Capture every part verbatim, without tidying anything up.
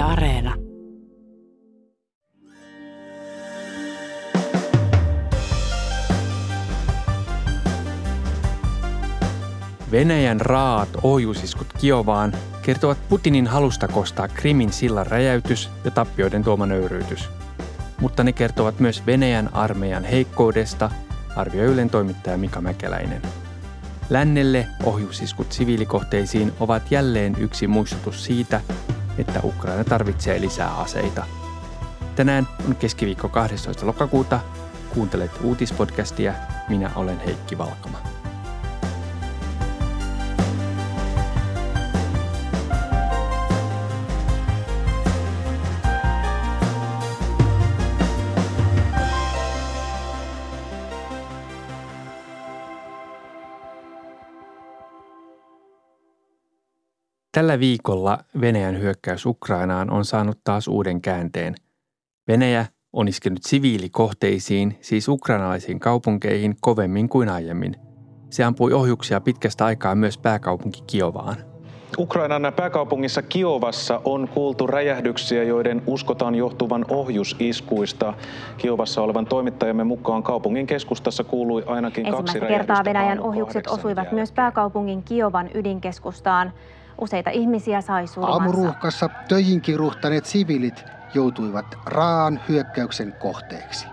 Areena. Venäjän raat ohjusiskut Kiovaan kertovat Putinin halusta kostaa Krimin sillan räjäytys ja tappioiden tuoma nöyryytys. Mutta ne kertovat myös Venäjän armeijan heikkoudesta, arvioi Ylen toimittaja Mika Mäkeläinen. Lännelle ohjusiskut siviilikohteisiin ovat jälleen yksi muistutus siitä, että Ukraina tarvitsee lisää aseita. Tänään on keskiviikko kahdestoista lokakuuta. Kuuntelet uutispodcastia. Minä olen Heikki Valkama. Tällä viikolla Venäjän hyökkäys Ukrainaan on saanut taas uuden käänteen. Venäjä on iskenyt siviilikohteisiin, siis ukrainalaisiin kaupunkeihin, kovemmin kuin aiemmin. Se ampui ohjuksia pitkästä aikaa myös pääkaupunki Kiovaan. Ukrainan pääkaupungissa Kiovassa on kuultu räjähdyksiä, joiden uskotaan johtuvan ohjusiskuista. Kiovassa olevan toimittajamme mukaan kaupungin keskustassa kuului ainakin kaksi räjähdystä. Ensimmäistä kertaa Venäjän ohjukset osuivat jälkeen myös pääkaupungin Kiovan ydinkeskustaan. Useita ihmisiä sai surmansa. Aamuruuhkassa töihin kiiruhtaneet siviilit joutuivat raaan hyökkäyksen kohteeksi.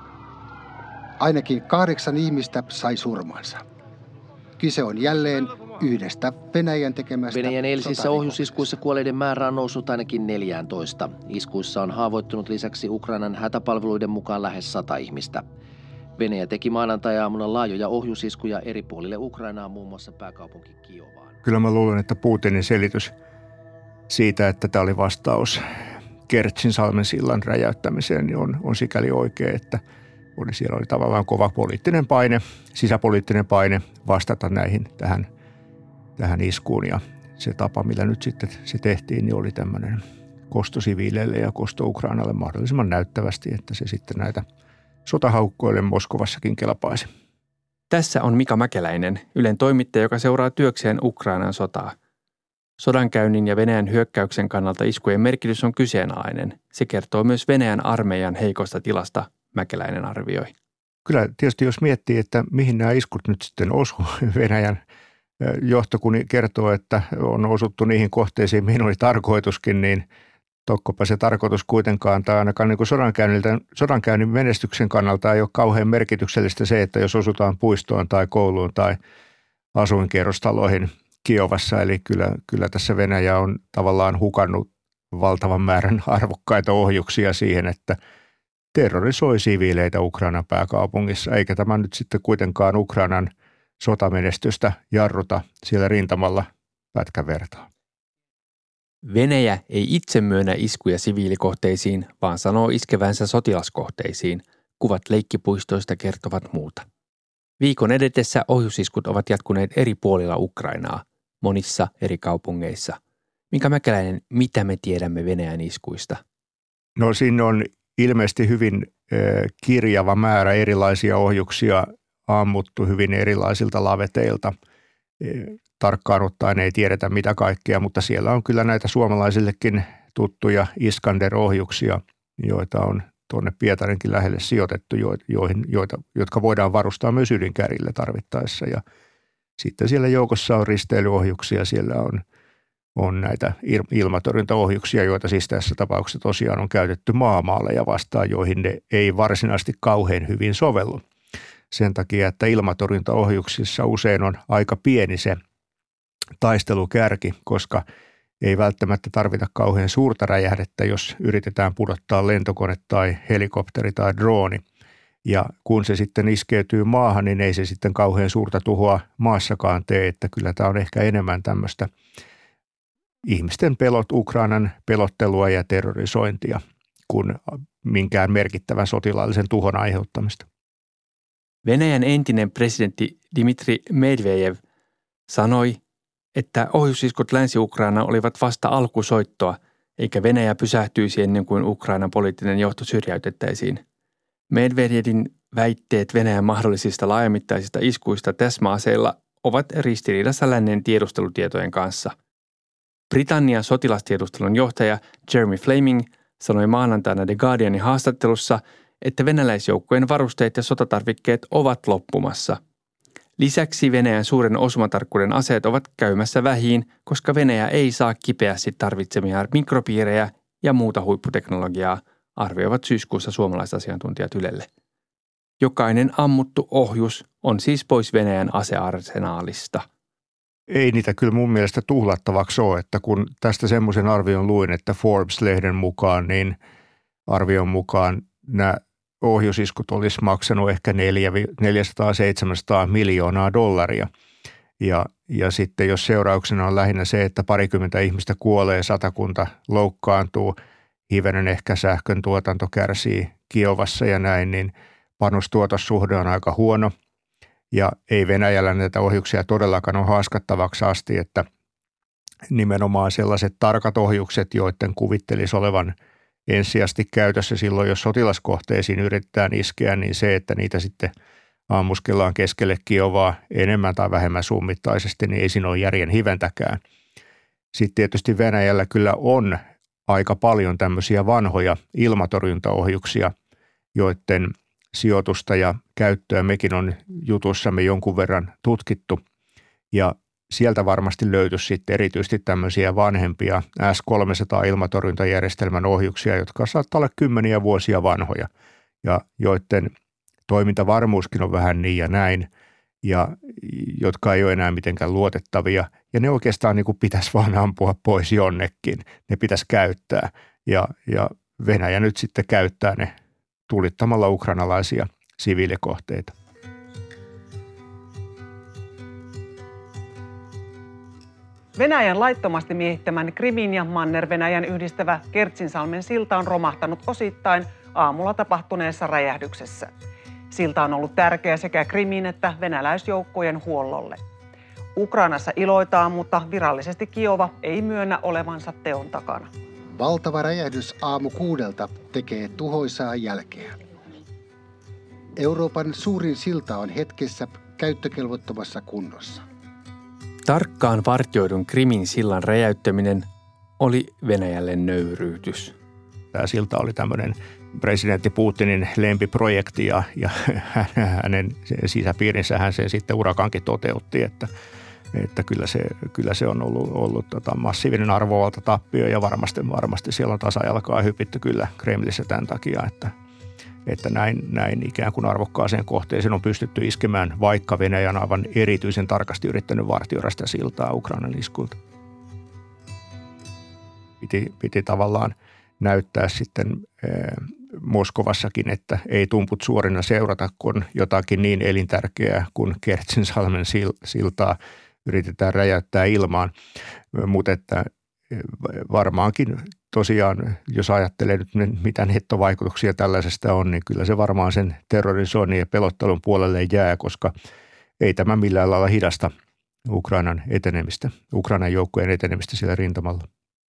Ainakin kahdeksan ihmistä sai surmansa. Kyse on jälleen yhdestä Venäjän tekemästä Venäjän eilisissä ohjusiskuissa kuolleiden määrä on noussut ainakin neljätoista. Iskuissa on haavoittunut lisäksi Ukrainan hätäpalveluiden mukaan lähes sata ihmistä. Venäjä teki maanantai-aamuna laajoja ohjusiskuja eri puolille Ukrainaa, muun muassa pääkaupunki Kiovaan. Kyllä mä luulen, että Putinin selitys siitä, että tämä oli vastaus Kertsin-salmen sillan räjäyttämiseen, niin on, on sikäli oikea, että oli, siellä oli tavallaan kova poliittinen paine, sisäpoliittinen paine vastata näihin tähän, tähän iskuun. Ja se tapa, millä nyt sitten se tehtiin, niin oli tämmöinen kosto siviileille ja kosto Ukrainalle mahdollisimman näyttävästi, että se sitten näitä sotahaukkoille Moskovassakin kelpaisi. Tässä on Mika Mäkeläinen, Ylen toimittaja, joka seuraa työkseen Ukrainan sotaa. Sodankäynnin ja Venäjän hyökkäyksen kannalta iskujen merkitys on kyseenalainen. Se kertoo myös Venäjän armeijan heikosta tilasta, Mäkeläinen arvioi. Kyllä tietysti jos miettii, että mihin nämä iskut nyt sitten osu, Venäjän johto kun kertoo, että on osuttu niihin kohteisiin, mihin oli tarkoituskin, niin tokkopa se tarkoitus kuitenkaan, tai ainakaan niin kuin sodankäynnin menestyksen kannalta ei ole kauhean merkityksellistä se, että jos osutaan puistoon tai kouluun tai asuinkerrostaloihin Kiovassa. Eli kyllä, kyllä tässä Venäjä on tavallaan hukannut valtavan määrän arvokkaita ohjuksia siihen, että terrorisoi siviileitä Ukrainan pääkaupungissa, eikä tämä nyt sitten kuitenkaan Ukrainan sotamenestystä jarruta siellä rintamalla pätkän vertaa. Venäjä ei itse myönnä iskuja siviilikohteisiin, vaan sanoo iskevänsä sotilaskohteisiin. Kuvat leikkipuistoista kertovat muuta. Viikon edetessä ohjusiskut ovat jatkuneet eri puolilla Ukrainaa, monissa eri kaupungeissa. Mika Mäkeläinen, mitä me tiedämme Venäjän iskuista? No siinä on ilmeisesti hyvin äh, kirjava määrä erilaisia ohjuksia ammuttu hyvin erilaisilta laveteilta. Tarkkaan ottaen ei tiedetä mitä kaikkea, mutta siellä on kyllä näitä suomalaisillekin tuttuja Iskander-ohjuksia, joita on tuonne Pietarinkin lähelle sijoitettu, joihin, joita, jotka voidaan varustaa myös ydinkärjillä tarvittaessa. Ja sitten siellä joukossa on risteilyohjuksia, siellä on, on näitä ilmatorjuntaohjuksia, joita siis tässä tapauksessa tosiaan on käytetty maamaaleja vastaan, joihin ne ei varsinaisesti kauhean hyvin sovellu. Sen takia, että ilmatorjuntaohjuksissa usein on aika pieni se taistelukärki, koska ei välttämättä tarvita kauhean suurta räjähdettä, jos yritetään pudottaa lentokone tai helikopteri tai drooni. Ja kun se sitten iskeytyy maahan, niin ei se sitten kauhean suurta tuhoa maassakaan tee, että kyllä tämä on ehkä enemmän tämmöistä ihmisten pelot, Ukrainan pelottelua ja terrorisointia kuin minkään merkittävän sotilaallisen tuhon aiheuttamista. Venäjän entinen presidentti Dmitri Medvedev sanoi, että ohjusiskut Länsi-Ukraina olivat vasta alkusoittoa, eikä Venäjä pysähtyisi ennen kuin Ukrainan poliittinen johto syrjäytettäisiin. Medvedevin väitteet Venäjän mahdollisista laajamittaisista iskuista täsmäaseilla ovat ristiriidassa lännen tiedustelutietojen kanssa. Britannian sotilastiedustelun johtaja Jeremy Fleming sanoi maanantaina The Guardianin haastattelussa, että venäläisjoukkojen varusteet ja sotatarvikkeet ovat loppumassa. Lisäksi Venäjän suuren osumatarkkuuden aseet ovat käymässä vähiin, koska Venäjä ei saa kipeästi tarvitsemia mikropiirejä ja muuta huipputeknologiaa, arvioivat syyskuussa suomalaisasiantuntijat Ylelle. Jokainen ammuttu ohjus on siis pois Venäjän asearsenaalista. Ei niitä kyllä mun mielestä tuhlattavaksi ole, että kun tästä semmoisen arvion luin, että Forbes-lehden mukaan, niin arvion mukaan nämä ohjusiskut olisi maksanut ehkä neljäsataa seitsemänsataa miljoonaa dollaria. Ja, ja sitten jos seurauksena on lähinnä se, että parikymmentä ihmistä kuolee, satakunta loukkaantuu, hivenen ehkä sähkön tuotanto kärsii Kiovassa ja näin, niin panostuotossuhde on aika huono. Ja ei Venäjällä näitä ohjuksia todellakaan ole haaskattavaksi asti, että nimenomaan sellaiset tarkat ohjukset, joiden kuvittelisi olevan ensisijaisesti käytössä silloin, jos sotilaskohteisiin yritetään iskeä, niin se, että niitä sitten ammuskellaan keskelle Kiovaa enemmän tai vähemmän summittaisesti, niin ei siinä ole järjen hiventäkään. Sitten tietysti Venäjällä kyllä on aika paljon tämmöisiä vanhoja ilmatorjuntaohjuksia, joiden sijoitusta ja käyttöä mekin on jutussamme jonkun verran tutkittu. Ja sieltä varmasti löytyisi sitten erityisesti tämmöisiä vanhempia S kolmesataa ilmatorjuntajärjestelmän ohjuksia, jotka saattaa olla kymmeniä vuosia vanhoja ja joiden toimintavarmuuskin on vähän niin ja näin ja jotka ei ole enää mitenkään luotettavia ja ne oikeastaan niin kuin pitäisi vaan ampua pois jonnekin. Ne pitäisi käyttää ja, ja Venäjä nyt sitten käyttää ne tulittamalla ukrainalaisia siviilikohteita. Venäjän laittomasti miehittämän Krimin ja Manner-Venäjän yhdistävä Kertsinsalmen silta on romahtanut osittain aamulla tapahtuneessa räjähdyksessä. Silta on ollut tärkeä sekä Krimin että venäläisjoukkojen huollolle. Ukrainassa iloitaan, mutta virallisesti Kiova ei myönnä olevansa teon takana. Valtava räjähdys aamu kuudelta tekee tuhoisaa jälkeä. Euroopan suurin silta on hetkessä käyttökelvottomassa kunnossa. Tarkkaan vartioidun Krimin sillan räjäyttäminen oli Venäjälle nöyryytys. Tämä silta oli tämmöinen presidentti Putinin lempiprojekti ja, ja hänen sisäpiirinsä hän sen sitten urakankin toteutti, että, että kyllä, se, kyllä se on ollut, ollut tota massiivinen arvovalta tappio ja varmasti, varmasti siellä on tasajalkaa hypitty kyllä Kremlissä tämän takia, että että näin, näin ikään kuin arvokkaaseen kohteeseen on pystytty iskemään, vaikka Venäjä on aivan erityisen tarkasti yrittänyt vartioida sitä siltaa Ukrainan iskulta. Piti, piti tavallaan näyttää sitten e, Moskovassakin, että ei tumput suorina seurata, kun jotakin niin elintärkeää kuin Kertsinsalmen siltaa yritetään räjäyttää ilmaan, mutta että varmaankin tosiaan, jos ajattelee nyt mitä nettovaikutuksia tällaisesta on, niin kyllä se varmaan sen terrorisoinnin ja pelottelun puolelle jää, koska ei tämä millään lailla hidasta Ukrainan etenemistä, Ukrainan joukkojen etenemistä siellä rintamalla.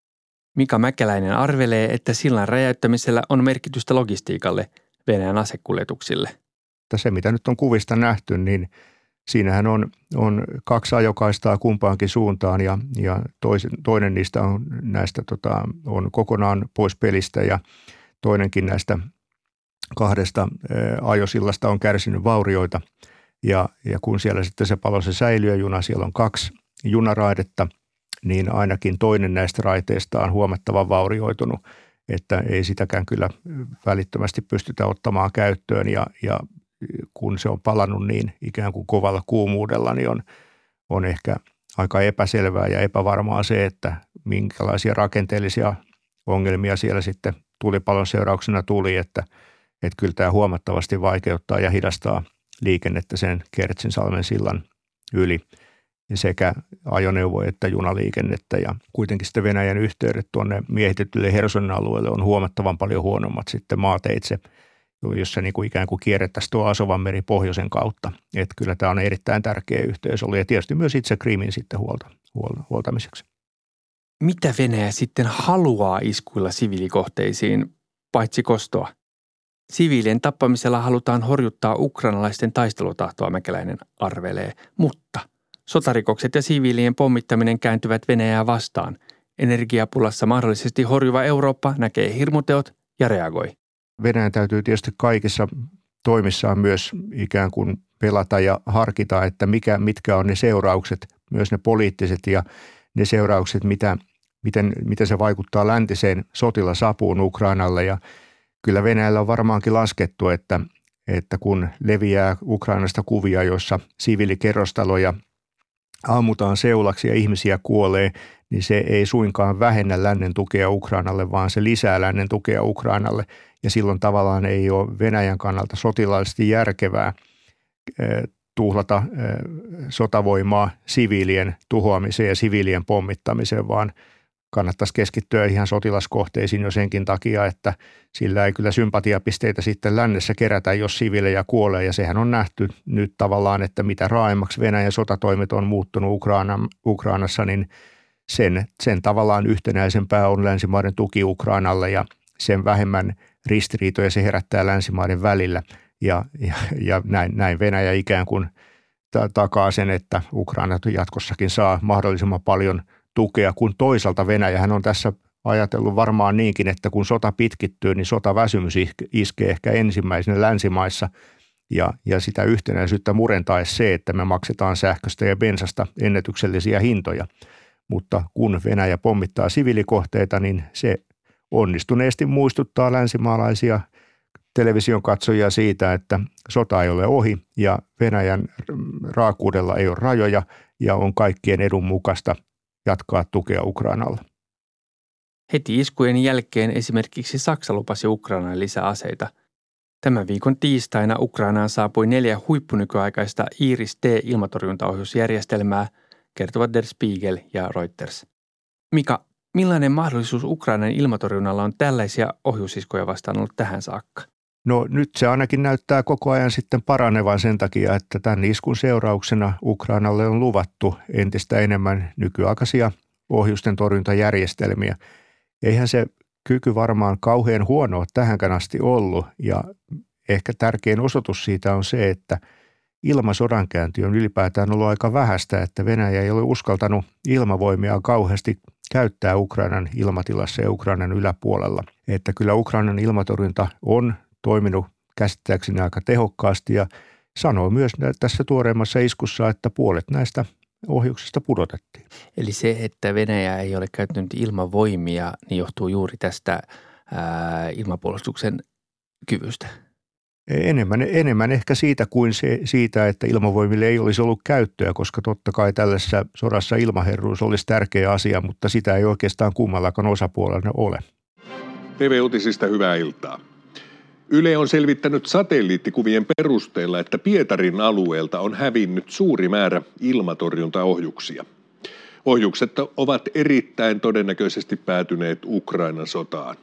Mika Mäkeläinen arvelee, että sillan räjäyttämisellä on merkitystä logistiikalle, Venäjän asekuljetuksille. Se, mitä nyt on kuvista nähty, niin siinähän on, on kaksi ajokaistaa kumpaankin suuntaan ja, ja toisen, toinen niistä on, näistä tota, on kokonaan pois pelistä ja toinenkin näistä kahdesta ä, ajosillasta on kärsinyt vaurioita. Ja, ja kun siellä sitten se palo se säiliöjuna, siellä on kaksi junaraidetta, niin ainakin toinen näistä raiteista on huomattavan vaurioitunut, että ei sitäkään kyllä välittömästi pystytä ottamaan käyttöön ja, ja kun se on palannut niin ikään kuin kovalla kuumuudella, niin on, on ehkä aika epäselvää ja epävarmaa se, että minkälaisia rakenteellisia ongelmia siellä sitten tulipalon seurauksena tuli, että, että kyllä tämä huomattavasti vaikeuttaa ja hidastaa liikennettä sen Kertsinsalmen sillan yli sekä ajoneuvo- että junaliikennettä ja kuitenkin sitten Venäjän yhteydet tuonne miehitetylle Hersonin alueelle on huomattavan paljon huonommat sitten maateitse, jossa niin kuin ikään kuin kierrettäisiin tuo Asovanmeri pohjoisen kautta. Että kyllä tämä on erittäin tärkeä yhteys ollut ja tietysti myös itse Krimin sitten huolta, huoltamiseksi. Mitä Venäjä sitten haluaa iskuilla siviilikohteisiin, paitsi kostoa? Siviilien tappamisella halutaan horjuttaa ukrainalaisten taistelutahtoa, Mäkeläinen arvelee, mutta sotarikokset ja siviilien pommittaminen kääntyvät Venäjää vastaan. Energiapulassa mahdollisesti horjuva Eurooppa näkee hirmuteot ja reagoi. Venäjän täytyy tietysti kaikissa toimissaan myös ikään kuin pelata ja harkita, että mikä, mitkä on ne seuraukset, myös ne poliittiset ja ne seuraukset, mitä, miten, miten se vaikuttaa läntiseen sotilasapuun Ukrainalle. Ja kyllä Venäjällä on varmaankin laskettu, että, että kun leviää Ukrainasta kuvia, joissa siviilikerrostaloja ammutaan seulaksi ja ihmisiä kuolee, niin se ei suinkaan vähennä lännen tukea Ukrainalle, vaan se lisää lännen tukea Ukrainalle. Ja silloin tavallaan ei ole Venäjän kannalta sotilaallisesti järkevää tuhlata sotavoimaa siviilien tuhoamiseen ja siviilien pommittamiseen, vaan kannattaisi keskittyä ihan sotilaskohteisiin jo senkin takia, että sillä ei kyllä sympatiapisteitä sitten lännessä kerätä, jos siviilejä kuolee. Ja sehän on nähty nyt tavallaan, että mitä raaemmaksi Venäjän sotatoimet on muuttunut Ukraina, Ukrainassa, niin sen, sen tavallaan yhtenäisempää on länsimaiden tuki Ukrainalle ja sen vähemmän ristiriitoja se herättää länsimaiden välillä. Ja, ja, ja näin, näin Venäjä ikään kuin takaa sen, että Ukraina jatkossakin saa mahdollisimman paljon tukea, kun toisaalta Venäjähän on tässä ajatellut varmaan niinkin, että kun sota pitkittyy, niin sotaväsymys iskee ehkä ensimmäisenä länsimaissa ja, ja sitä yhtenäisyyttä murentaisi se, että me maksetaan sähköstä ja bensasta ennätyksellisiä hintoja. Mutta kun Venäjä pommittaa siviilikohteita, niin se onnistuneesti muistuttaa länsimaalaisia television katsojia siitä, että sota ei ole ohi ja Venäjän raakuudella ei ole rajoja ja on kaikkien edun mukaista jatkaa tukea Ukrainalle. Heti iskujen jälkeen esimerkiksi Saksa lupasi Ukrainalle lisää aseita. Tämän viikon tiistaina Ukrainaan saapui neljä huippunykyaikaista Iris T-ilmatorjuntaohjusjärjestelmää, kertovat Der Spiegel ja Reuters. Mika, millainen mahdollisuus Ukrainan ilmatorjunnalla on tällaisia ohjusiskoja vastaan ollut tähän saakka? No nyt se ainakin näyttää koko ajan sitten paranevan sen takia, että tämän iskun seurauksena Ukrainalle on luvattu entistä enemmän nykyaikaisia ohjusten torjuntajärjestelmiä. Eihän se kyky varmaan kauhean huono ole tähänkään asti ollut ja ehkä tärkein osoitus siitä on se, että ilmasodankäynti on ylipäätään ollut aika vähäistä, että Venäjä ei ole uskaltanut ilmavoimia kauheasti käyttää Ukrainan ilmatilassa ja Ukrainan yläpuolella. Että kyllä Ukrainan ilmatorjunta on toiminut käsittääkseni aika tehokkaasti ja sanoo myös tässä tuoreimmassa iskussa, että puolet näistä ohjuksista pudotettiin. Eli se, että Venäjä ei ole käyttänyt ilmavoimia, niin johtuu juuri tästä ää, ilmapuolustuksen kyvystä. Enemmän, enemmän ehkä siitä kuin se, siitä, että ilmavoimille ei olisi ollut käyttöä, koska totta kai tällaisessa sodassa ilmaherruus olisi tärkeä asia, mutta sitä ei oikeastaan kummallakaan osapuolella ole. T V-uutisista hyvää iltaa. Yle on selvittänyt satelliittikuvien perusteella, että Pietarin alueelta on hävinnyt suuri määrä ilmatorjuntaohjuksia. Ohjukset ovat erittäin todennäköisesti päätyneet Ukrainan sotaan.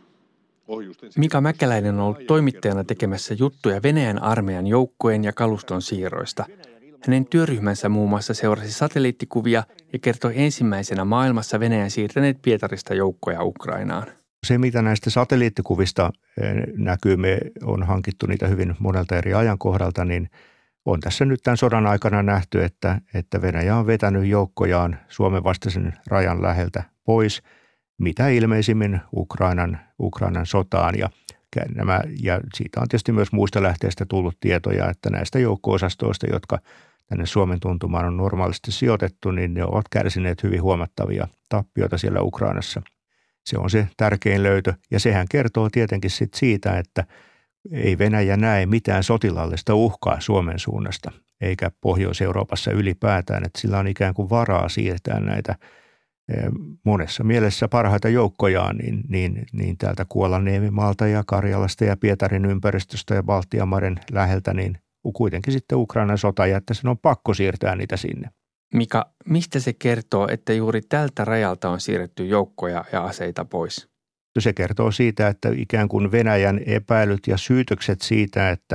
Mika Mäkeläinen on ollut toimittajana tekemässä juttuja Venäjän armeijan joukkojen ja kaluston siirroista. Hänen työryhmänsä muun muassa seurasi satelliittikuvia ja kertoi ensimmäisenä maailmassa Venäjän siirtäneet Pietarista joukkoja Ukrainaan. Se, mitä näistä satelliittikuvista näkyy, me on hankittu niitä hyvin monelta eri ajankohdalta, niin on tässä nyt tämän sodan aikana nähty, että, että Venäjä on vetänyt joukkojaan Suomen vastaisen rajan läheltä pois, mitä ilmeisimmin Ukrainan, Ukrainan sotaan. Ja, nämä, ja siitä on tietysti myös muista lähteistä tullut tietoja, että näistä joukko-osastoista, jotka tänne Suomen tuntumaan on normaalisti sijoitettu, niin ne ovat kärsineet hyvin huomattavia tappioita siellä Ukrainassa. Se on se tärkein löytö ja sehän kertoo tietenkin sit siitä, että ei Venäjä näe mitään sotilaallista uhkaa Suomen suunnasta eikä Pohjois-Euroopassa ylipäätään, että sillä on ikään kuin varaa siirtää näitä monessa mielessä parhaita joukkojaan niin, niin, niin täältä Kuolanniemimaalta ja Karjalasta ja Pietarin ympäristöstä ja Baltianmeren läheltä, niin kuitenkin sitten Ukrainan sota ja että sen on pakko siirtää niitä sinne. Mika, mistä se kertoo, että juuri tältä rajalta on siirretty joukkoja ja aseita pois? Se kertoo siitä, että ikään kuin Venäjän epäilyt ja syytökset siitä, että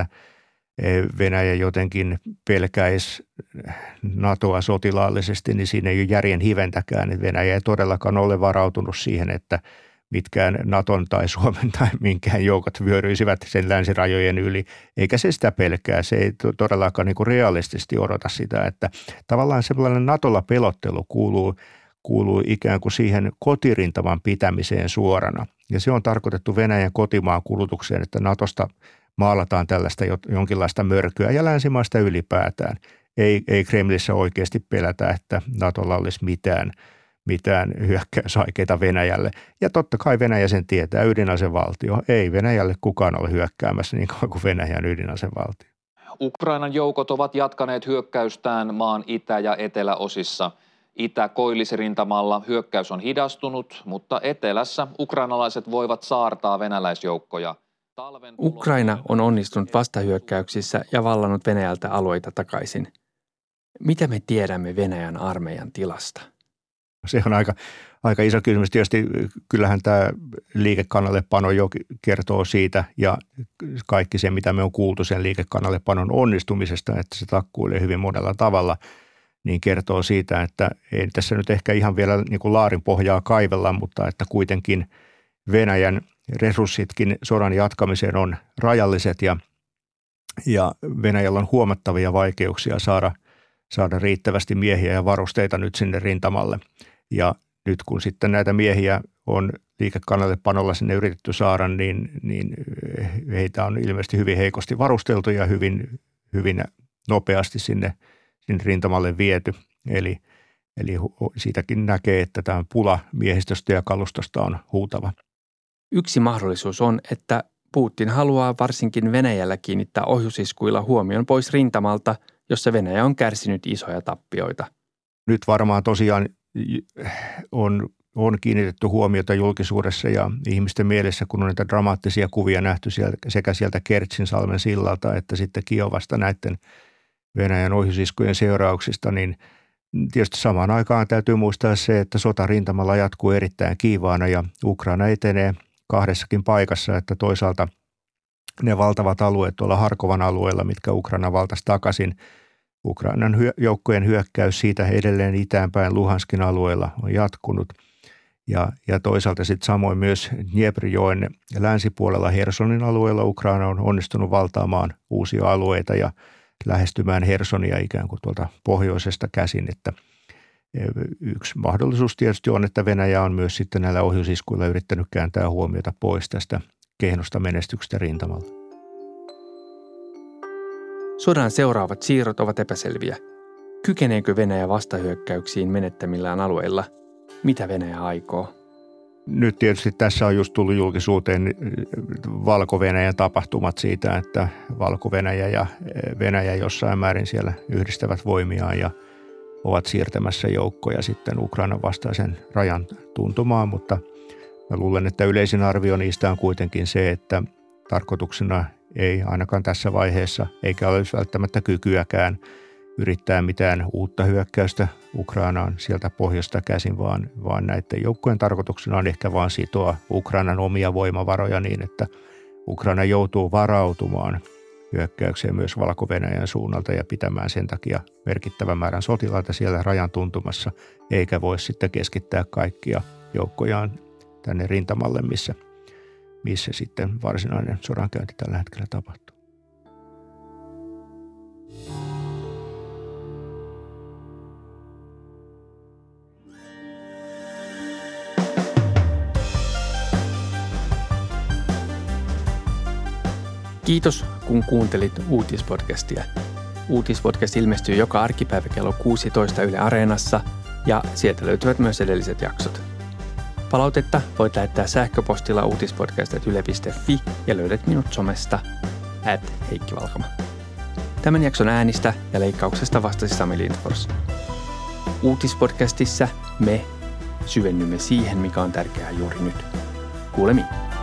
Venäjä jotenkin pelkäisi NATOa sotilaallisesti, niin siinä ei ole järjen hiventäkään. Venäjä ei todellakaan ole varautunut siihen, että mitkään Naton tai Suomen tai minkään joukot vyöryisivät sen länsirajojen yli, eikä se sitä pelkää. Se ei todellakaan niin kuin realistisesti odota sitä, että tavallaan sellainen Natolla pelottelu kuuluu, kuuluu ikään kuin siihen kotirintaman pitämiseen suorana. Ja se on tarkoitettu Venäjän kotimaan kulutukseen, että Natosta maalataan tällaista jonkinlaista mörkyä ja länsimaista ylipäätään. Ei, ei Kremlissä oikeasti pelätä, että Natolla olisi mitään, mitään hyökkäysaikeita Venäjälle. Ja totta kai Venäjä sen tietää, ydinasevaltio. Ei Venäjälle kukaan ole hyökkäämässä niin kauan kuin Venäjän ydinasevaltio. Ukrainan joukot ovat jatkaneet hyökkäystään maan itä- ja eteläosissa. Itä-koillisrintamalla hyökkäys on hidastunut, mutta etelässä ukrainalaiset voivat saartaa venäläisjoukkoja. Ukraina on onnistunut vastahyökkäyksissä ja vallannut Venäjältä alueita takaisin. Mitä me tiedämme Venäjän armeijan tilasta? Se on aika, aika iso kysymys. Tietysti kyllähän tämä liikekannallepano jo kertoo siitä ja kaikki se, mitä me on kuultu sen liikekannallepanon onnistumisesta, että se takkuilee hyvin monella tavalla, niin kertoo siitä, että ei tässä nyt ehkä ihan vielä niin kuin laarin pohjaa kaivella, mutta että kuitenkin Venäjän resurssitkin sodan jatkamiseen on rajalliset ja, ja Venäjällä on huomattavia vaikeuksia saada, saada riittävästi miehiä ja varusteita nyt sinne rintamalle. Ja nyt kun sitten näitä miehiä on liikekannallepanolla sinne yritetty saada, niin, niin heitä on ilmeisesti hyvin heikosti varusteltu ja hyvin, hyvin nopeasti sinne, sinne rintamalle viety. Eli, eli siitäkin näkee, että tämä pula miehistöstä ja kalustosta on huutava. Yksi mahdollisuus on, että Putin haluaa varsinkin Venäjällä kiinnittää ohjusiskuilla huomion pois rintamalta, jossa Venäjä on kärsinyt isoja tappioita. Nyt varmaan tosiaan on, on kiinnitetty huomiota julkisuudessa ja ihmisten mielessä, kun on näitä dramaattisia kuvia nähty sieltä, sekä sieltä Kertsinsalmen sillalta että sitten Kiovasta näiden Venäjän ohjusiskujen seurauksista, niin tietysti samaan aikaan täytyy muistaa se, että sota rintamalla jatkuu erittäin kiivaana ja Ukraina etenee kahdessakin paikassa, että toisaalta ne valtavat alueet tuolla Harkovan alueella, mitkä Ukraina valtasi takaisin, Ukrainan hyö- joukkojen hyökkäys siitä edelleen itäänpäin Luhanskin alueella on jatkunut. Ja, ja toisaalta sitten samoin myös Dnieprijoen länsipuolella Hersonin alueella Ukraina on onnistunut valtaamaan uusia alueita ja lähestymään Hersonia ikään kuin tuolta pohjoisesta käsin, että yksi mahdollisuus tietysti on, että Venäjä on myös sitten näillä ohjusiskuilla yrittänyt kääntää huomiota pois tästä kehnosta menestyksestä rintamalla. Sodan seuraavat siirrot ovat epäselviä. Kykeneekö Venäjä vastahyökkäyksiin menettämillään alueilla? Mitä Venäjä aikoo? Nyt tietysti tässä on just tullut julkisuuteen Valko-Venäjän tapahtumat siitä, että Valko-Venäjä ja Venäjä jossain määrin siellä yhdistävät voimiaan ja ovat siirtämässä joukkoja sitten Ukrainan vastaisen rajan tuntumaan, mutta mä luulen, että yleisin arvio niistä on kuitenkin se, että tarkoituksena ei ainakaan tässä vaiheessa, eikä ole välttämättä kykyäkään yrittää mitään uutta hyökkäystä Ukrainaan sieltä pohjoista käsin, vaan, vaan näiden joukkojen tarkoituksena on ehkä vaan sitoa Ukrainan omia voimavaroja niin, että Ukraina joutuu varautumaan hyökkäykseen myös Valko-Venäjän suunnalta ja pitämään sen takia merkittävän määrän sotilaita siellä rajan tuntumassa, eikä voi sitten keskittää kaikkia joukkojaan tänne rintamalle, missä, missä sitten varsinainen sodankäynti tällä hetkellä tapahtuu. Kiitos, kun kuuntelit Uutispodcastia. Uutispodcast ilmestyy joka arkipäivä kello kuusitoista Yle Areenassa ja sieltä löytyvät myös edelliset jaksot. Palautetta voit lähettää sähköpostilla uutispodcast piste yle piste fi ja löydät minut somesta at Heikki Valkama. Tämän jakson äänistä ja leikkauksesta vastasi Sami Lindfors. Uutispodcastissa me syvennymme siihen, mikä on tärkeää juuri nyt. Kuulemiin.